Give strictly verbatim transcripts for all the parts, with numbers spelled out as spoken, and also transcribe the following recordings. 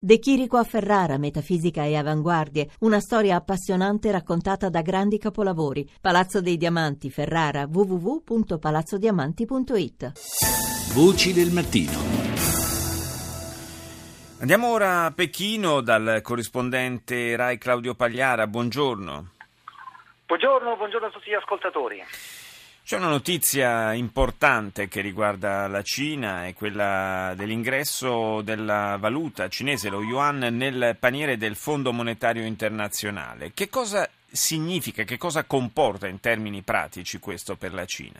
De Chirico a Ferrara, metafisica e avanguardie, una storia appassionante raccontata da grandi capolavori. Palazzo dei Diamanti, Ferrara, w w w punto palazzo diamanti punto it. Voci del mattino. Andiamo ora a Pechino dal corrispondente Rai Claudio Pagliara. Buongiorno. Buongiorno, buongiorno a tutti gli ascoltatori. C'è una notizia importante che riguarda la Cina, è quella dell'ingresso della valuta cinese, lo yuan, nel paniere del Fondo Monetario Internazionale. Che cosa significa, che cosa comporta in termini pratici questo per la Cina?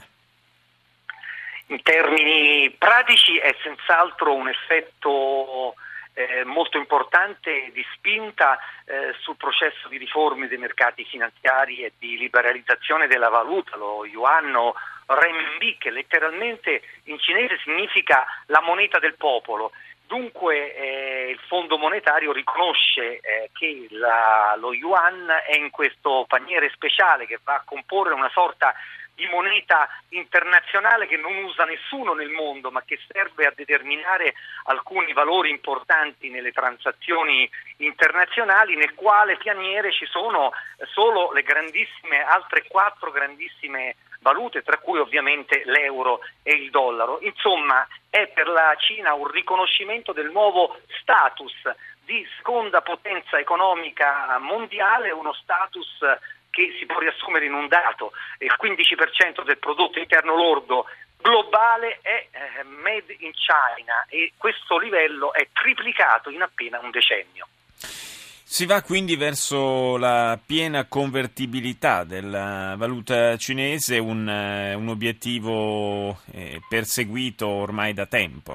In termini pratici è senz'altro un effetto eh, molto importante di spinta eh, sul processo di riforme dei mercati finanziari e di liberalizzazione della valuta, lo yuan o renminbi, che letteralmente in cinese significa la moneta del popolo. Dunque eh, il Fondo Monetario riconosce eh, che la, lo yuan è in questo paniere speciale che va a comporre una sorta di moneta internazionale che non usa nessuno nel mondo, ma che serve a determinare alcuni valori importanti nelle transazioni internazionali, nel quale pianiere ci sono solo le grandissime, altre quattro grandissime valute, tra cui ovviamente l'euro e il dollaro. Insomma, è per la Cina un riconoscimento del nuovo status di seconda potenza economica mondiale, uno status che si può riassumere in un dato: il quindici per cento del prodotto interno lordo globale è eh, made in China, e questo livello è triplicato in appena un decennio. Si va quindi verso la piena convertibilità della valuta cinese, un, un obiettivo eh, perseguito ormai da tempo.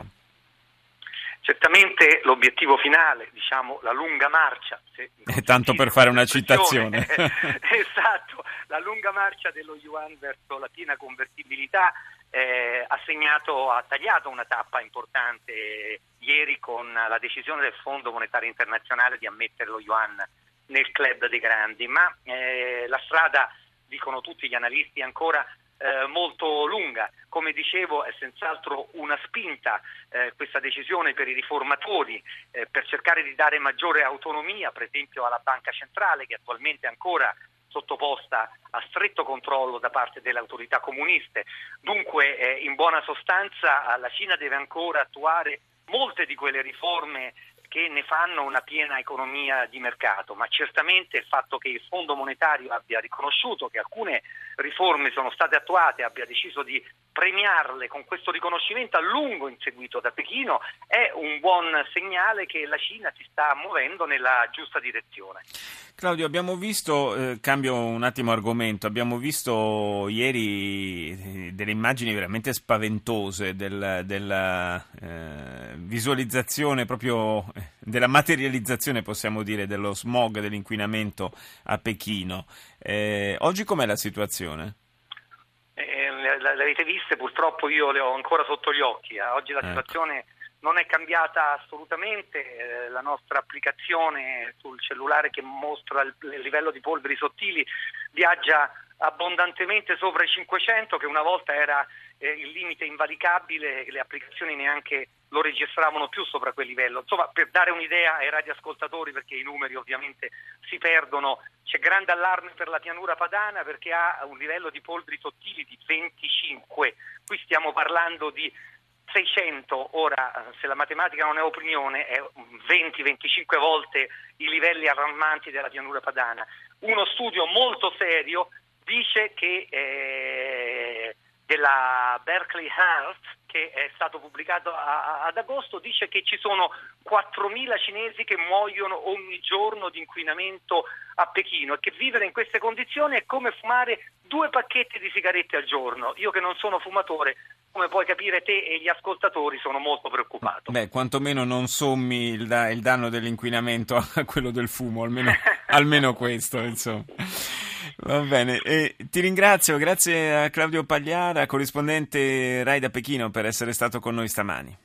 Certamente l'obiettivo finale, diciamo la lunga marcia, se è tanto per fare una citazione. Esatto, la lunga marcia dello yuan verso la piena convertibilità eh, ha segnato, ha tagliato una tappa importante ieri con la decisione del Fondo Monetario Internazionale di ammettere lo yuan nel club dei grandi, ma eh, la strada, dicono tutti gli analisti, è ancora Eh, molto lunga. Come dicevo, è senz'altro una spinta eh, questa decisione per i riformatori eh, per cercare di dare maggiore autonomia, per esempio alla banca centrale, che attualmente è ancora sottoposta a stretto controllo da parte delle autorità comuniste. Dunque eh, in buona sostanza la Cina deve ancora attuare molte di quelle riforme che ne fanno una piena economia di mercato, ma certamente il fatto che il Fondo Monetario abbia riconosciuto che alcune riforme sono state attuate, abbia deciso di premiarle con questo riconoscimento a lungo inseguito da Pechino, è un buon segnale che la Cina si sta muovendo nella giusta direzione. Claudio, abbiamo visto, eh, cambio un attimo argomento, abbiamo visto ieri delle immagini veramente spaventose del, della eh, visualizzazione, proprio della materializzazione, possiamo dire, dello smog, dell'inquinamento a Pechino. Eh, oggi com'è la situazione? Eh, le, le avete viste, purtroppo io le ho ancora sotto gli occhi. Eh. Oggi la ecco. situazione non è cambiata assolutamente, eh, la nostra applicazione sul cellulare che mostra il, il livello di polveri sottili viaggia abbondantemente sopra i cinquecento, che una volta era eh, il limite invalicabile, le applicazioni neanche lo registravano più sopra quel livello. Insomma, per dare un'idea ai radioascoltatori, perché i numeri ovviamente si perdono, c'è grande allarme per la pianura padana perché ha un livello di polveri sottili di venticinque. Qui stiamo parlando di seicento, ora se la matematica non è opinione è venti venticinque volte i livelli allarmanti della pianura padana. Uno studio molto serio dice che eh, della Berkeley Health, che è stato pubblicato a, a, ad agosto, dice che ci sono quattromila cinesi che muoiono ogni giorno di inquinamento a Pechino, e che vivere in queste condizioni è come fumare due pacchetti di sigarette al giorno. Io che non sono fumatore, come puoi capire te e gli ascoltatori, sono molto preoccupato. Beh, quantomeno non sommi il, da- il danno dell'inquinamento a quello del fumo, almeno, almeno questo, insomma. Va bene, e ti ringrazio, grazie a Claudio Pagliara, corrispondente Rai da Pechino, per essere stato con noi stamani.